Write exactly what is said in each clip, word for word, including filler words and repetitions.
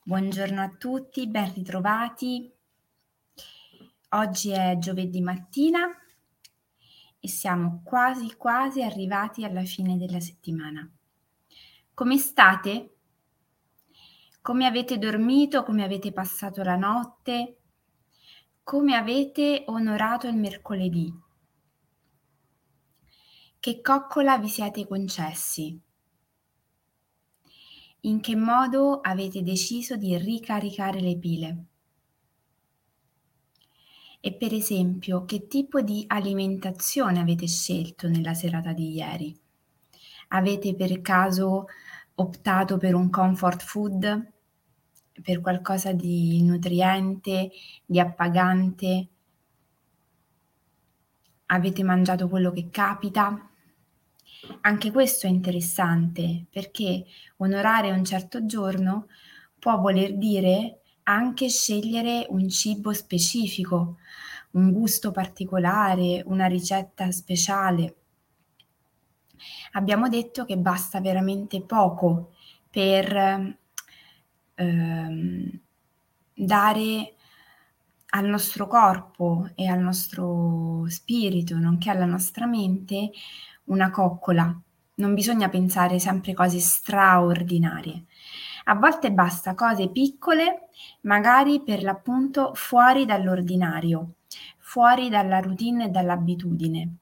Buongiorno a tutti, ben ritrovati. Oggi è giovedì mattina e siamo quasi, quasi arrivati alla fine della settimana. Come state? Come avete dormito? Come avete passato la notte? Come avete onorato il mercoledì? Che coccola vi siete concessi? In che modo avete deciso di ricaricare le pile? E per esempio, che tipo di alimentazione avete scelto nella serata di ieri? Avete per caso optato per un comfort food? Per qualcosa di nutriente, di appagante? Avete mangiato quello che capita? Anche questo è interessante, perché onorare un certo giorno può voler dire anche scegliere un cibo specifico, un gusto particolare, una ricetta speciale. Abbiamo detto che basta veramente poco per, ehm, dare al nostro corpo e al nostro spirito, nonché alla nostra mente, una coccola. Non bisogna pensare sempre cose straordinarie. A volte basta cose piccole, magari per l'appunto fuori dall'ordinario, fuori dalla routine e dall'abitudine.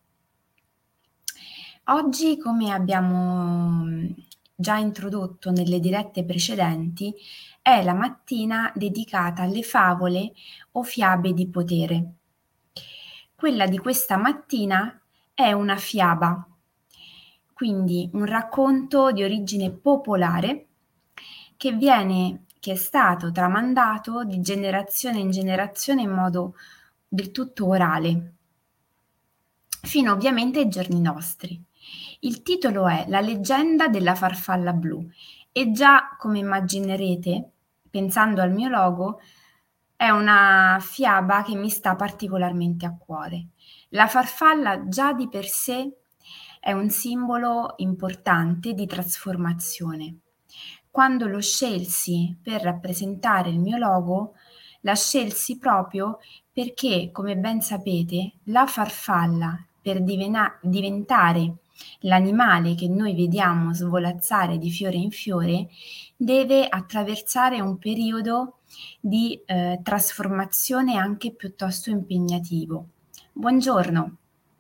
Oggi, come abbiamo, mhmm, già introdotto nelle dirette precedenti, è la mattina dedicata alle favole o fiabe di potere. Quella di questa mattina è una fiaba, quindi un racconto di origine popolare che viene che è stato tramandato di generazione in generazione in modo del tutto orale, fino ovviamente ai giorni nostri. Il titolo è La leggenda della farfalla blu e già, come immaginerete, pensando al mio logo, è una fiaba che mi sta particolarmente a cuore. La farfalla già di per sé è un simbolo importante di trasformazione. Quando lo scelsi per rappresentare il mio logo, la scelsi proprio perché, come ben sapete, la farfalla per divena- diventare l'animale che noi vediamo svolazzare di fiore in fiore, deve attraversare un periodo di eh, trasformazione anche piuttosto impegnativo. Buongiorno.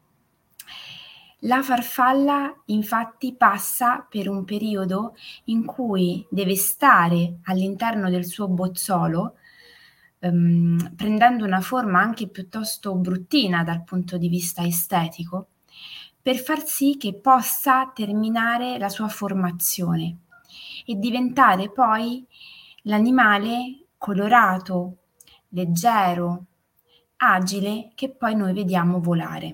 La farfalla infatti passa per un periodo in cui deve stare all'interno del suo bozzolo, ehm, prendendo una forma anche piuttosto bruttina dal punto di vista estetico, per far sì che possa terminare la sua formazione e diventare poi l'animale colorato, leggero, agile che poi noi vediamo volare.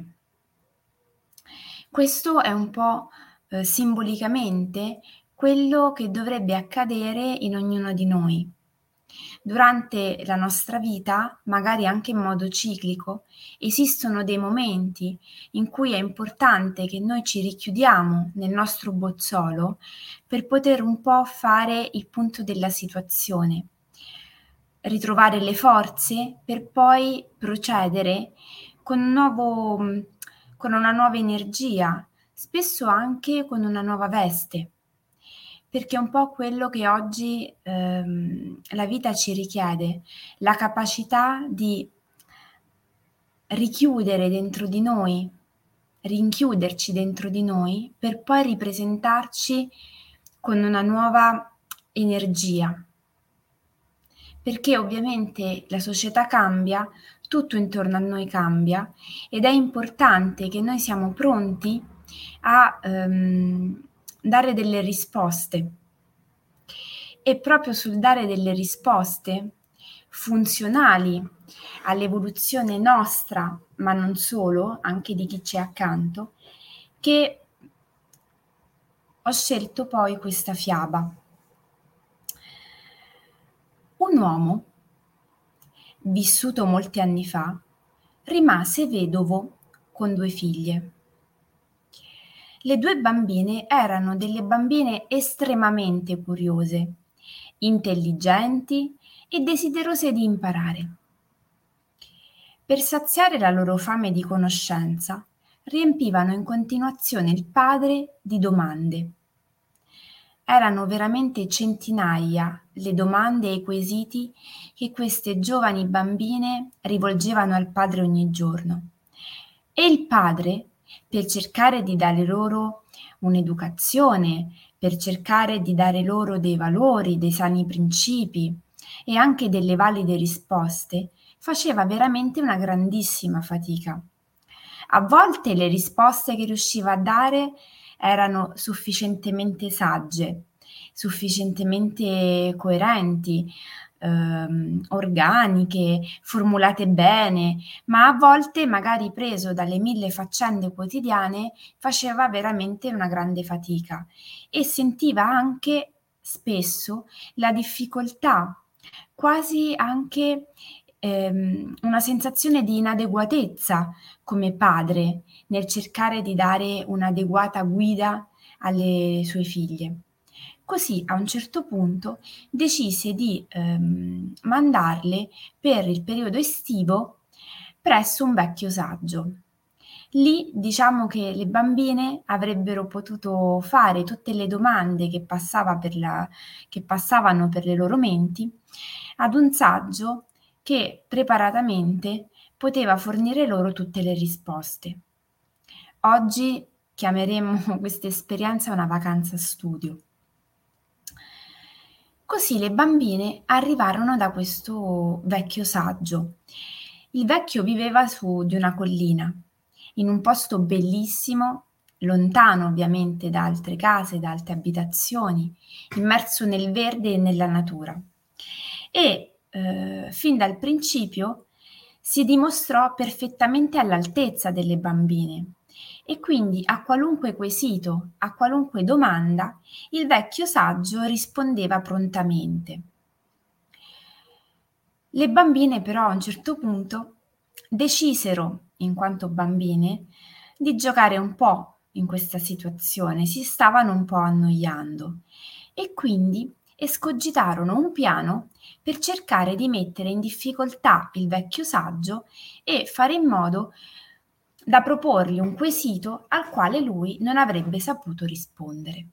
Questo è un po', uhm, simbolicamente quello che dovrebbe accadere in ognuno di noi. Durante la nostra vita, magari anche in modo ciclico, esistono dei momenti in cui è importante che noi ci richiudiamo nel nostro bozzolo per poter un po' fare il punto della situazione, ritrovare le forze per poi procedere con un nuovo mhmm, con una nuova energia, spesso anche con una nuova veste, perché è un po' quello che oggi, ehm, la vita ci richiede, la capacità di richiudere dentro di noi, rinchiuderci dentro di noi per poi ripresentarci con una nuova energia. Perché ovviamente la società cambia, tutto intorno a noi cambia ed è importante che noi siamo pronti a, ehm, dare delle risposte. E proprio sul dare delle risposte funzionali all'evoluzione nostra, ma non solo, anche di chi c'è accanto, che ho scelto poi questa fiaba. Un uomo, vissuto molti anni fa, rimase vedovo con due figlie. Le due bambine erano delle bambine estremamente curiose intelligenti e desiderose di imparare. Per saziare la loro fame di conoscenza, riempivano in continuazione il padre di domande. Erano veramente centinaia le domande e i quesiti che queste giovani bambine rivolgevano al padre ogni giorno. E il padre, per cercare di dare loro un'educazione, per cercare di dare loro dei valori, dei sani principi e anche delle valide risposte, faceva veramente una grandissima fatica. A volte le risposte che riusciva a dare erano sufficientemente sagge, sufficientemente coerenti, ehm, organiche, formulate bene, ma a volte, magari preso dalle mille faccende quotidiane, faceva veramente una grande fatica e sentiva anche spesso la difficoltà, quasi anche ehm, una sensazione di inadeguatezza come padre nel cercare di dare un'adeguata guida alle sue figlie. Così a un certo punto decise di ehm, mandarle per il periodo estivo presso un vecchio saggio. Lì diciamo che le bambine avrebbero potuto fare tutte le domande che, passava per la, che passavano per le loro menti ad un saggio che preparatamente poteva fornire loro tutte le risposte. Oggi chiameremo questa esperienza una vacanza studio. Così le bambine arrivarono da questo vecchio saggio. Il vecchio viveva su di una collina, in un posto bellissimo, lontano ovviamente da altre case, da altre abitazioni, immerso nel verde e nella natura. E eh, fin dal principio si dimostrò perfettamente all'altezza delle bambine e quindi a qualunque quesito, a qualunque domanda, il vecchio saggio rispondeva prontamente. Le bambine però a un certo punto decisero, in quanto bambine, di giocare un po' in questa situazione, si stavano un po' annoiando e quindi escogitarono un piano per cercare di mettere in difficoltà il vecchio saggio e fare in modo da proporgli un quesito al quale lui non avrebbe saputo rispondere.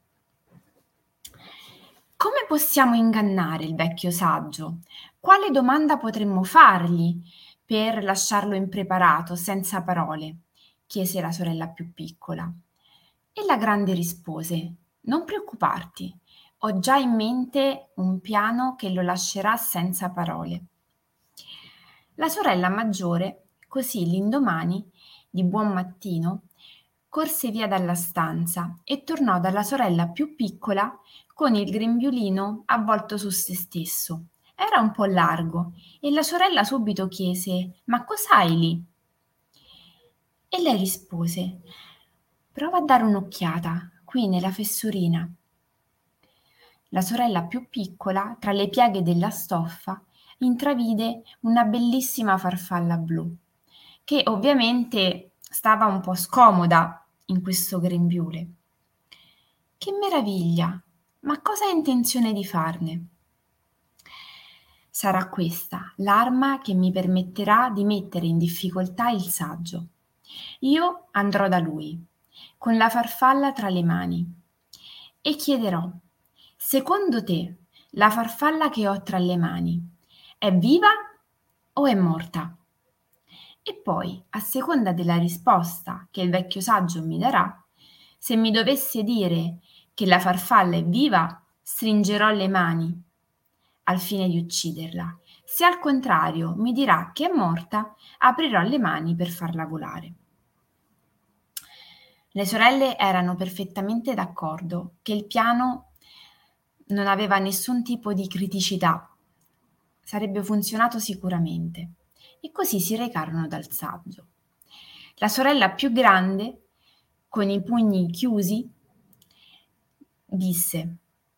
Come possiamo ingannare il vecchio saggio? Quale domanda potremmo fargli per lasciarlo impreparato, senza parole? Chiese la sorella più piccola. E la grande rispose: Non preoccuparti, ho già in mente un piano che lo lascerà senza parole. La sorella maggiore, così l'indomani, di buon mattino, corse via dalla stanza e tornò dalla sorella più piccola con il grembiulino avvolto su se stesso. Era un po' largo e la sorella subito chiese: Ma cos'hai lì? E lei rispose: Prova a dare un'occhiata, qui nella fessurina. La sorella più piccola, tra le pieghe della stoffa, intravide una bellissima farfalla blu, che ovviamente stava un po' scomoda in questo grembiule. Che meraviglia! Ma cosa hai intenzione di farne? Sarà questa l'arma che mi permetterà di mettere in difficoltà il saggio. Io andrò da lui, con la farfalla tra le mani, e chiederò: Secondo te, la farfalla che ho tra le mani è viva o è morta? E poi, a seconda della risposta che il vecchio saggio mi darà, se mi dovesse dire che la farfalla è viva, stringerò le mani al fine di ucciderla. Se al contrario mi dirà che è morta, aprirò le mani per farla volare. Le sorelle erano perfettamente d'accordo che il piano non aveva nessun tipo di criticità, sarebbe funzionato sicuramente, e così si recarono dal saggio. La sorella più grande, con i pugni chiusi, disse: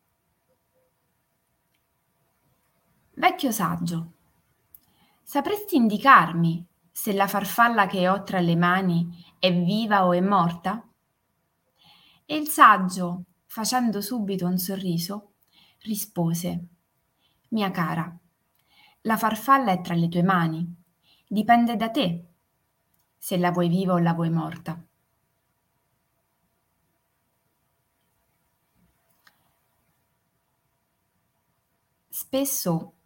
Vecchio saggio, sapresti indicarmi se la farfalla che ho tra le mani è viva o è morta? E il saggio, facendo subito un sorriso, rispose: «Mia cara, la farfalla è tra le tue mani. Dipende da te se la vuoi viva o la vuoi morta». Spesso,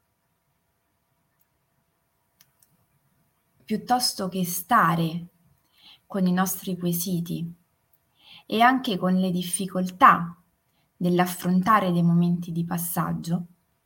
piuttosto che stare con i nostri quesiti e anche con le difficoltà dell'affrontare dei momenti di passaggio,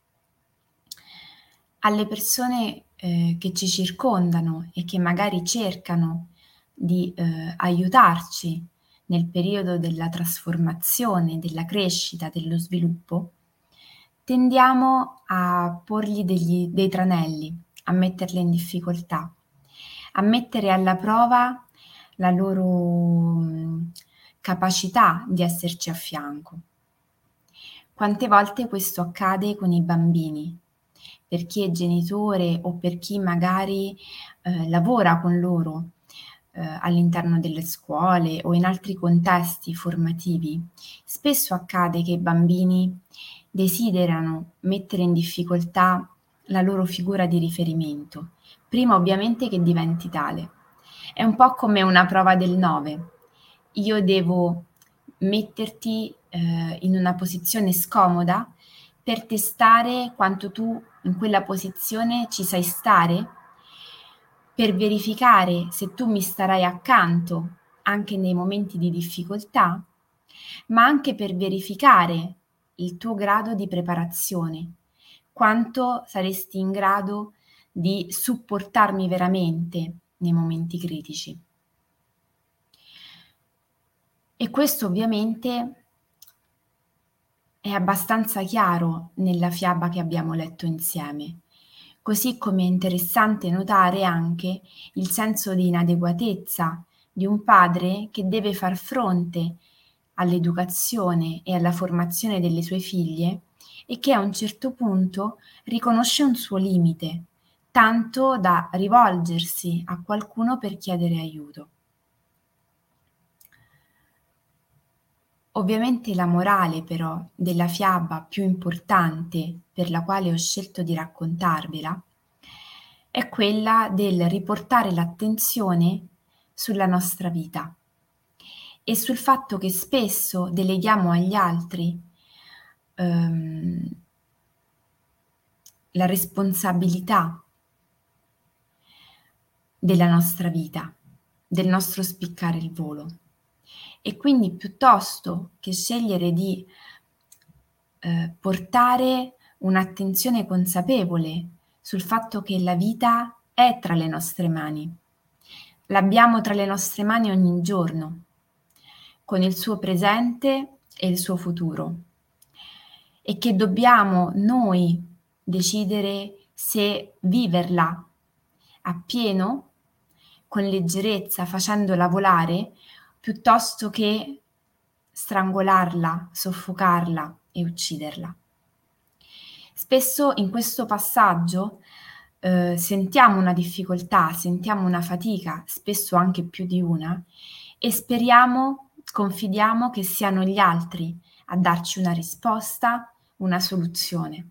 alle persone eh, che ci circondano e che magari cercano di eh, aiutarci nel periodo della trasformazione, della crescita, dello sviluppo, tendiamo a porgli degli, dei tranelli, a metterle in difficoltà, a mettere alla prova la loro mh, capacità di esserci a fianco. Quante volte questo accade con i bambini, per chi è genitore o per chi magari eh, lavora con loro eh, all'interno delle scuole o in altri contesti formativi. Spesso accade che i bambini desiderano mettere in difficoltà la loro figura di riferimento, prima ovviamente che diventi tale. È un po' come una prova del nove. Io devo metterti eh, in una posizione scomoda per testare quanto tu in quella posizione ci sai stare, per verificare se tu mi starai accanto anche nei momenti di difficoltà, ma anche per verificare il tuo grado di preparazione, quanto saresti in grado di supportarmi veramente nei momenti critici. E questo ovviamente è abbastanza chiaro nella fiaba che abbiamo letto insieme, così come è interessante notare anche il senso di inadeguatezza di un padre che deve far fronte all'educazione e alla formazione delle sue figlie e che a un certo punto riconosce un suo limite, tanto da rivolgersi a qualcuno per chiedere aiuto. Ovviamente la morale però della fiaba più importante per la quale ho scelto di raccontarvela è quella del riportare l'attenzione sulla nostra vita e sul fatto che spesso deleghiamo agli altri ehm, la responsabilità della nostra vita, del nostro spiccare il volo. E quindi piuttosto che scegliere di eh, portare un'attenzione consapevole sul fatto che la vita è tra le nostre mani, l'abbiamo tra le nostre mani ogni giorno, con il suo presente e il suo futuro, e che dobbiamo noi decidere se viverla appieno, con leggerezza, facendola volare, piuttosto che strangolarla, soffocarla e ucciderla. Spesso in questo passaggio eh, sentiamo una difficoltà, sentiamo una fatica, spesso anche più di una, e speriamo, confidiamo che siano gli altri a darci una risposta, una soluzione.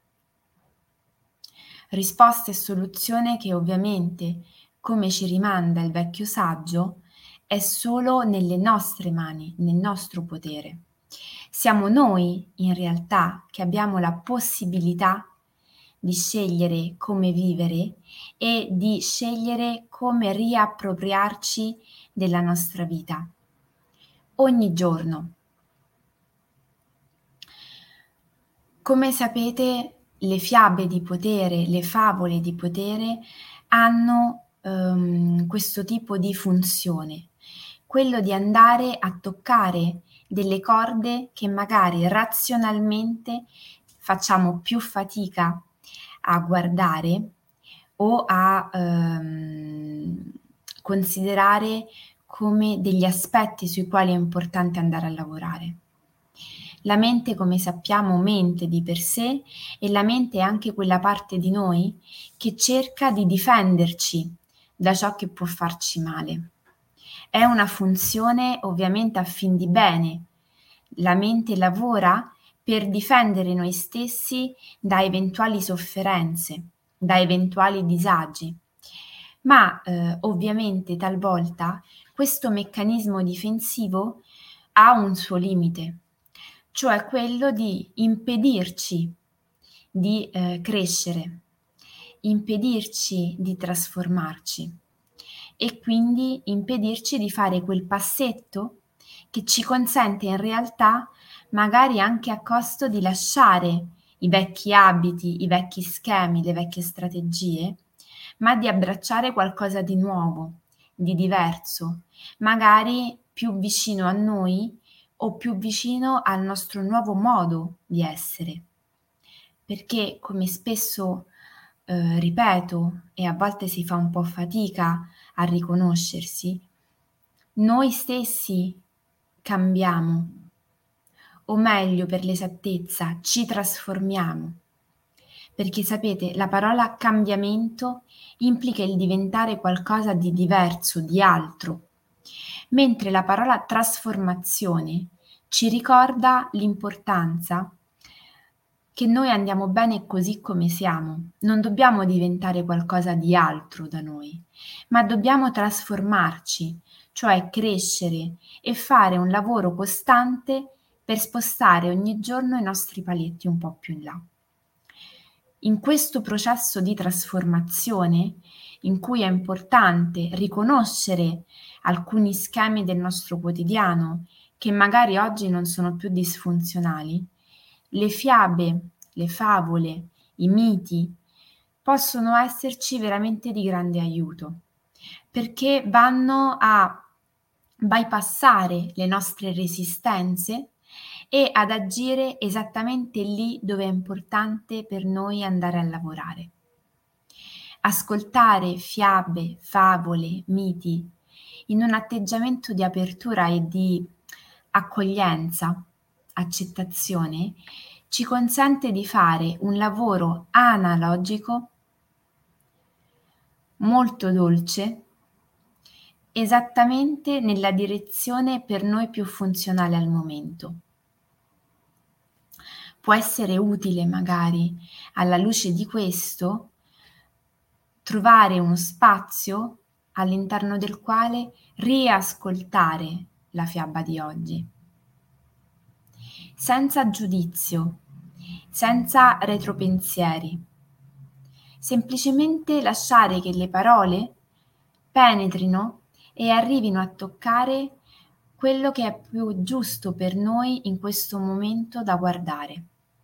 Risposta e soluzione che ovviamente, come ci rimanda il vecchio saggio, è solo nelle nostre mani, nel nostro potere. Siamo noi, in realtà, che abbiamo la possibilità di scegliere come vivere e di scegliere come riappropriarci della nostra vita. Ogni giorno. Come sapete, le fiabe di potere, le favole di potere hanno um, questo tipo di funzione, quello di andare a toccare delle corde che magari razionalmente facciamo più fatica a guardare o a um, considerare come degli aspetti sui quali è importante andare a lavorare. La mente, come sappiamo, mente di per sé, e la mente è anche quella parte di noi che cerca di difenderci da ciò che può farci male. È una funzione ovviamente a fin di bene. La mente lavora per difendere noi stessi da eventuali sofferenze, da eventuali disagi. Ma eh, ovviamente talvolta questo meccanismo difensivo ha un suo limite, cioè quello di impedirci di eh, crescere, impedirci di trasformarci e quindi impedirci di fare quel passetto che ci consente in realtà, magari anche a costo di lasciare i vecchi abiti, i vecchi schemi, le vecchie strategie, ma di abbracciare qualcosa di nuovo, di diverso, magari più vicino a noi o più vicino al nostro nuovo modo di essere. Perché, come spesso eh, ripeto, e a volte si fa un po' fatica a riconoscersi, noi stessi cambiamo, o meglio, per l'esattezza, ci trasformiamo. Perché sapete, la parola cambiamento implica il diventare qualcosa di diverso, di altro, mentre la parola trasformazione ci ricorda l'importanza che noi andiamo bene così come siamo. Non dobbiamo diventare qualcosa di altro da noi, ma dobbiamo trasformarci, cioè crescere e fare un lavoro costante per spostare ogni giorno i nostri paletti un po' più in là. In questo processo di trasformazione, in cui è importante riconoscere alcuni schemi del nostro quotidiano che magari oggi non sono più disfunzionali, le fiabe, le favole, i miti possono esserci veramente di grande aiuto, perché vanno a bypassare le nostre resistenze e ad agire esattamente lì dove è importante per noi andare a lavorare. Ascoltare fiabe, favole, miti in un atteggiamento di apertura e di accoglienza, accettazione, ci consente di fare un lavoro analogico, molto dolce, esattamente nella direzione per noi più funzionale al momento. Può essere utile magari, alla luce di questo, trovare uno spazio all'interno del quale riascoltare la fiaba di oggi, senza giudizio, senza retropensieri, semplicemente lasciare che le parole penetrino e arrivino a toccare quello che è più giusto per noi in questo momento da guardare.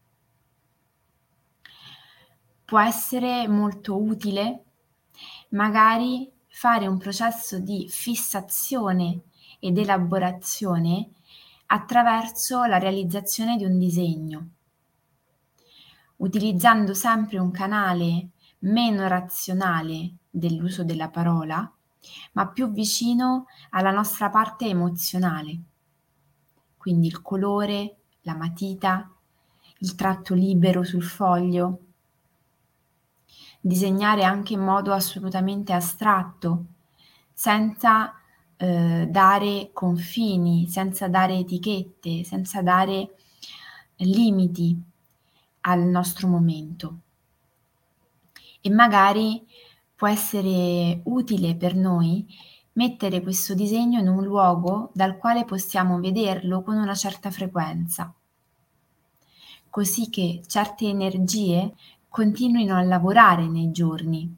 Può essere molto utile magari fare un processo di fissazione ed elaborazione attraverso la realizzazione di un disegno, utilizzando sempre un canale meno razionale dell'uso della parola, ma più vicino alla nostra parte emozionale. Quindi il colore, la matita, il tratto libero sul foglio. Disegnare anche in modo assolutamente astratto, senza eh, dare confini, senza dare etichette, senza dare limiti al nostro momento. E magari può essere utile per noi mettere questo disegno in un luogo dal quale possiamo vederlo con una certa frequenza, così che certe energie continuino a lavorare nei giorni,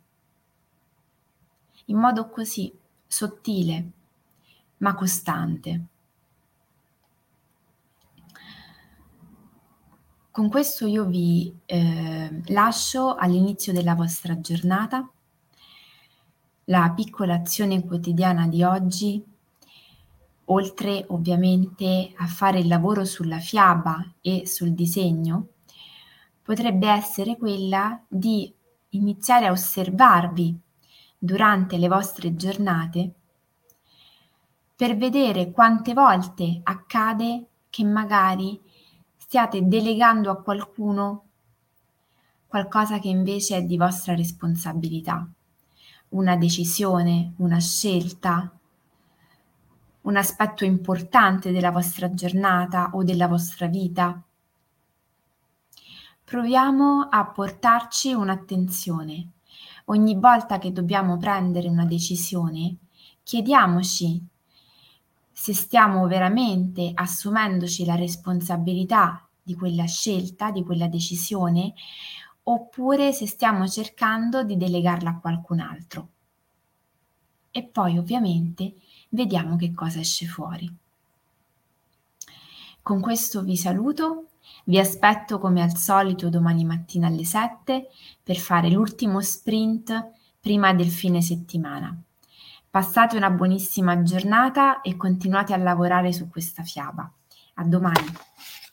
in modo così sottile, ma costante. Con questo io vi eh, lascio all'inizio della vostra giornata la piccola azione quotidiana di oggi, oltre ovviamente a fare il lavoro sulla fiaba e sul disegno, potrebbe essere quella di iniziare a osservarvi durante le vostre giornate per vedere quante volte accade che magari stiate delegando a qualcuno qualcosa che invece è di vostra responsabilità, una decisione, una scelta, un aspetto importante della vostra giornata o della vostra vita. Proviamo a portarci un'attenzione. Ogni volta che dobbiamo prendere una decisione, chiediamoci se stiamo veramente assumendoci la responsabilità di quella scelta, di quella decisione, oppure se stiamo cercando di delegarla a qualcun altro. E poi ovviamente vediamo che cosa esce fuori. Con questo vi saluto, vi aspetto come al solito domani mattina alle sette per fare l'ultimo sprint prima del fine settimana. Passate una buonissima giornata e continuate a lavorare su questa fiaba. A domani.